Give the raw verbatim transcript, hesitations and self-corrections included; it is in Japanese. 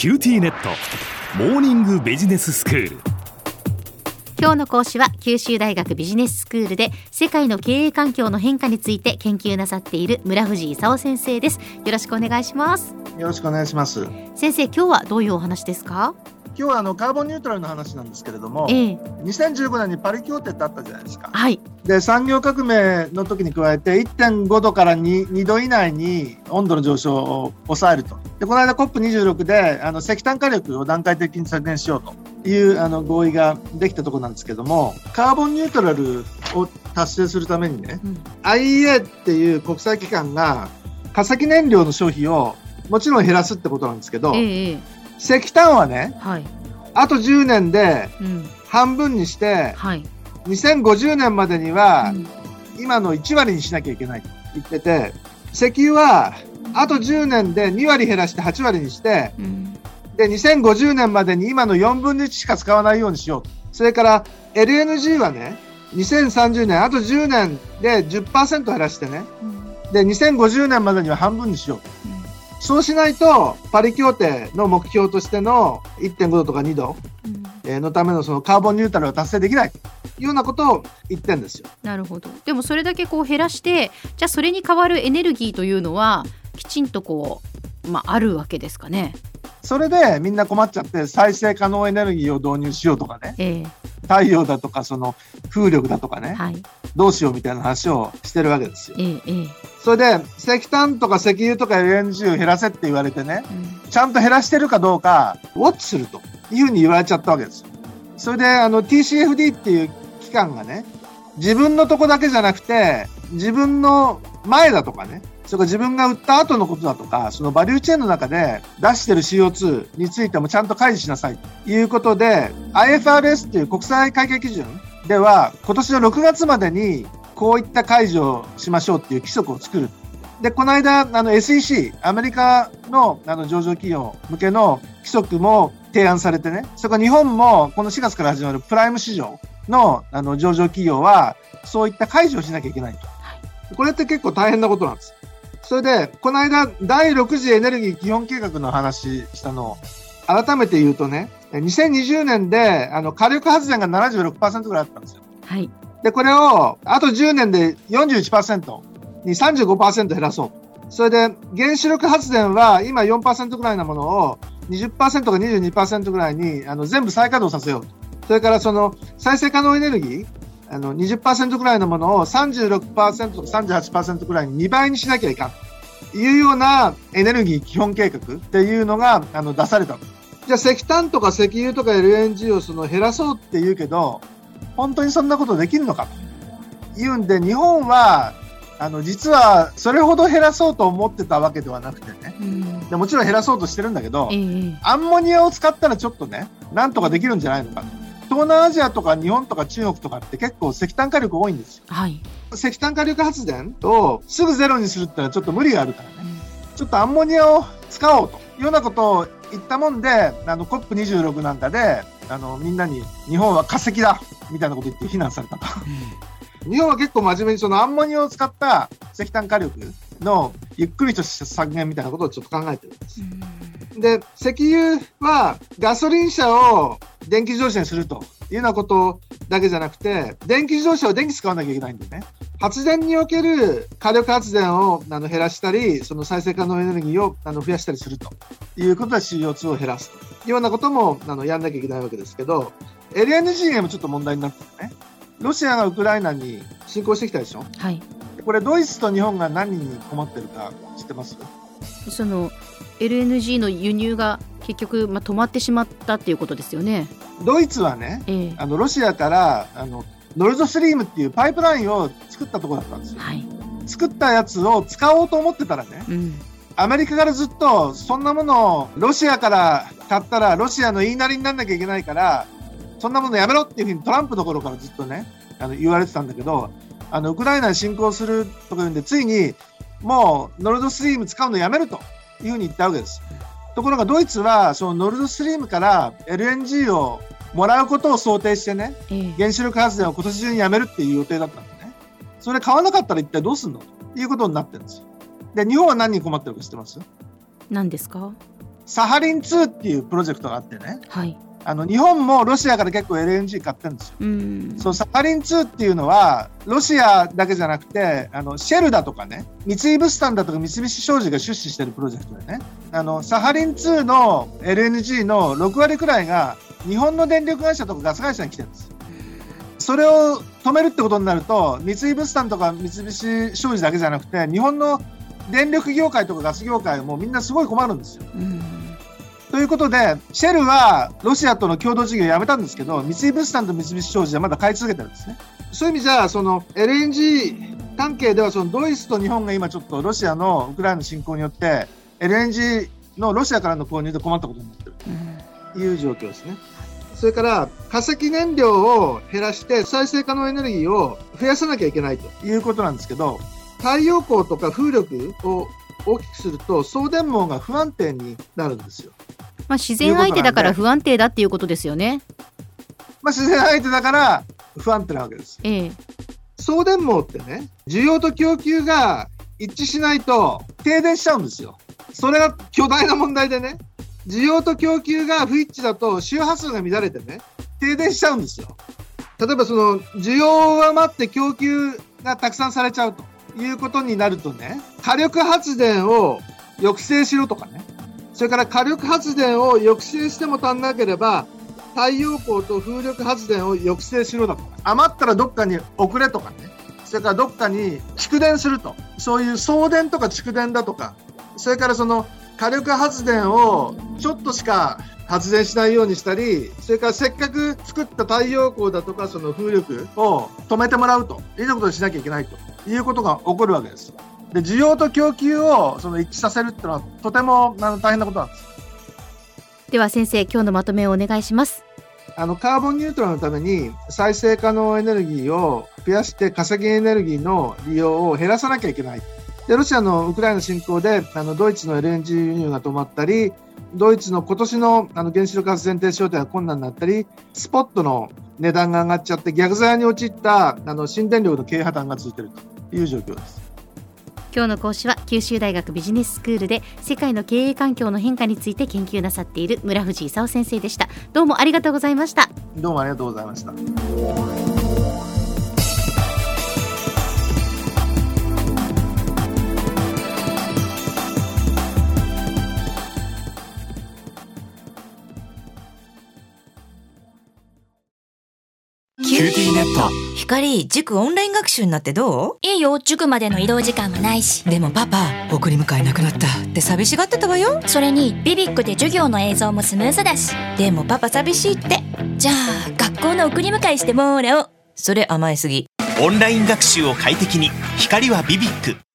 キューティーネットモーニングビジネススクール。 今日の講師は九州大学ビジネススクールで世界の経営環境の変化について研究なさっている村藤勲先生です。よろしくお願いします。 よろしくお願いします。 先生、今日はどういうお話ですか？ 今日はあのカーボンニュートラルの話なんですけれども、 ええ、 にせんじゅうごねんにパリ協定ってあったじゃないですか。 はい。 で産業革命の時に加えて いってんご 度から 2, にど以内に温度の上昇を抑えると。でこの間 コップにじゅうろく であの石炭火力を段階的に削減しようというあの合意ができたところなんですけども、カーボンニュートラルを達成するためにね、うん、アイイーエー っていう国際機関が化石燃料の消費をもちろん減らすってことなんですけど、ええ、石炭はね、はい、あとじゅうねんで半分にして、うんはい、にせんごじゅうねんまでには今のいちわりにしなきゃいけないと言ってて、石油はあとじゅうねんでにわり減らしてはちわりにして、うん、でにせんごじゅうねんまでに今のよんぶんのいちしか使わないようにしようと。それから エルエヌジー はね、にせんさんじゅうねんあとじゅうねんで じゅっパーセント 減らしてね、うん、でにせんごじゅうねんまでには半分にしようと。そうしないとパリ協定の目標としての いってんご 度とかにどのためのそのカーボンニュートラルを達成できないというようなことを言ってるんですよ。 なるほど。でもそれだけこう減らして、じゃあそれに代わるエネルギーというのはきちんとこう、まあ、あるわけですかね。 それでみんな困っちゃって再生可能エネルギーを導入しようとかね、えー、太陽だとかその風力だとかね、はい、どうしようみたいな話をしてるわけですよ。えーえー、それで石炭とか石油とか エルエヌジー を減らせって言われてね、うん、ちゃんと減らしてるかどうかウォッチするというふうに言われちゃったわけですよ。それであの ティーシーエフディー っていう機関がね、自分のとこだけじゃなくて自分の前だとかね、それから自分が売った後のことだとか、そのバリューチェーンの中で出してる シーオーツー についてもちゃんと開示しなさいということで アイエフアールエス っていう国際会計基準では今年のろくがつまでにこういった解除をしましょうっていう規則を作る。でこの間あの エスイーシー アメリカ の, あの上場企業向けの規則も提案されてね、それから日本もこのしがつから始まるプライム市場 の, あの上場企業はそういった解除をしなきゃいけないと。これって結構大変なことなんです。それでこの間だいろく次エネルギー基本計画の話したのを改めて言うとね、にせんにじゅうねんであの火力発電が ななじゅうろくパーセント ぐらいあったんですよ。はい。でこれをあとじゅうねんで よんじゅういちパーセント に さんじゅうごパーセント 減らそう。それで原子力発電は今 よんパーセント ぐらいなものを にじゅっパーセント か にじゅうにパーセント ぐらいにあの全部再稼働させようと。それからその再生可能エネルギーあの にじゅっパーセント ぐらいのものを さんじゅうろくパーセント とか さんじゅうはちパーセント ぐらいににばいにしなきゃいかんというようなエネルギー基本計画っていうのがあの出された。じゃあ石炭とか石油とか エルエヌジー をその減らそうって言うけど本当にそんなことできるのかというんで、日本はあの実はそれほど減らそうと思ってたわけではなくてね、うん、でもちろん減らそうとしてるんだけど、えー、アンモニアを使ったらちょっとねなんとかできるんじゃないのかと。東南アジアとか日本とか中国とかって結構石炭火力多いんですよ。はい、石炭火力発電をすぐゼロにするってのはちょっと無理があるからね、うん、ちょっとアンモニアを使おうというようなことを言ったもんで、あの コップにじゅうろく なんかであのみんなに日本は化石だみたいなこと言って非難されたと、うん、日本は結構真面目にそのアンモニアを使った石炭火力のゆっくりとした削減みたいなことをちょっと考えてるんです、うん、で石油はガソリン車を電気自動車にするというようなことだけじゃなくて、電気自動車は電気使わなきゃいけないんでね、発電における火力発電をあの減らしたり、その再生可能エネルギーをあの増やしたりするということで シーオーツー を減らすというようなこともあのやんなきゃいけないわけですけど、 エルエヌジー もちょっと問題になってるね。ロシアがウクライナに侵攻してきたでしょ。はい。これドイツと日本が何に困ってるか知ってます？ その エルエヌジー の輸入が結局、まあ、止まってしまったっていうことですよね。 ドイツはね、ええ、あのロシアからあのノルドストリームっていうパイプラインを作ったところだったんですよ、はい、作ったやつを使おうと思ってたらね、うん、アメリカからずっとそんなものをロシアから買ったらロシアの言いなりにならなきゃいけないからそんなものやめろっていうふうにトランプの頃からずっとねあの言われてたんだけど、あのウクライナに侵攻するとか言うんでついにもうノルドストリーム使うのやめるというふうに言ったわけです。ところがドイツはそのノルドストリームから エルエヌジー をもらうことを想定してね、えー、原子力発電を今年中にやめるっていう予定だったんでね、それ買わなかったら一体どうすんのということになってるんですよ。で日本は何に困ってるか知ってます？ 何ですか？ サハリンツーっていうプロジェクトがあってね、 はい、 あの日本もロシアから結構 エルエヌジー 買ってるんですよ。うんそうサハリンツーっていうのはロシアだけじゃなくてあのシェルだとかね三井物産だとか三菱商事が出資してるプロジェクトでねあのサハリンツーの エルエヌジー のろくわりくらいが日本の電力会社とかガス会社に来てるんです。それを止めるってことになると三井物産とか三菱商事だけじゃなくて日本の電力業界とかガス業界もみんなすごい困るんですよ。うんということでシェルはロシアとの共同事業をやめたんですけど三井物産と三菱商事はまだ買い続けてるんですね。そういう意味じゃその エルエヌジー 関係ではそのドイツと日本が今ちょっとロシアのウクライナ侵攻によって エルエヌジー のロシアからの購入で困ったことになっているという状況ですね。それから化石燃料を減らして再生可能エネルギーを増やさなきゃいけないということなんですけど太陽光とか風力を大きくすると送電網が不安定になるんですよ。 まあ、自然相手だから不安定だっていうことですよね。 まあ、自然相手だから不安定なわけです、 ええ、 送電網ってね需要と供給が一致しないと停電しちゃうんですよ。それが巨大な問題でね需要と供給が不一致だと周波数が乱れてね停電しちゃうんですよ。例えばその需要が待って供給がたくさんされちゃうということになるとね火力発電を抑制しろとかねそれから火力発電を抑制しても足んなければ太陽光と風力発電を抑制しろだとか余ったらどっかに送れとかねそれからどっかに蓄電するとそういう送電とか蓄電だとかそれからその火力発電をちょっとしか発電しないようにしたりそれからせっかく作った太陽光だとかその風力を止めてもらうということをしなきゃいけないということが起こるわけです。で需要と供給をその一致させるっていうのはとてもあの大変なことなんです。 では先生今日のまとめをお願いします。 あのカーボンニュートラルのために再生可能エネルギーを増やして化石エネルギーの利用を減らさなきゃいけない。でロシアのウクライナ侵攻であのドイツの エルエヌジー 輸入が止まったりドイツの今年のあの原子力発電停止予定が困難になったりスポットの値段が上がっちゃって逆ザヤに陥ったあの新電力の経営破綻が続いているという状況です。 今日の講師は九州大学ビジネススクールで世界の経営環境の変化について研究なさっている村藤勲先生でした。どうもありがとうございました。 どうもありがとうございました。 キューティーネット光、塾オンライン学習になってどう？ いいよ、塾までの移動時間もないし。 でもパパ、送り迎えなくなったって寂しがってたわよ。 それにビビックで授業の映像もスムーズだし。 でもパパ寂しいって。 じゃあ学校の送り迎えしてもらおう。 それ甘えすぎ。 オンライン学習を快適に光はビビック。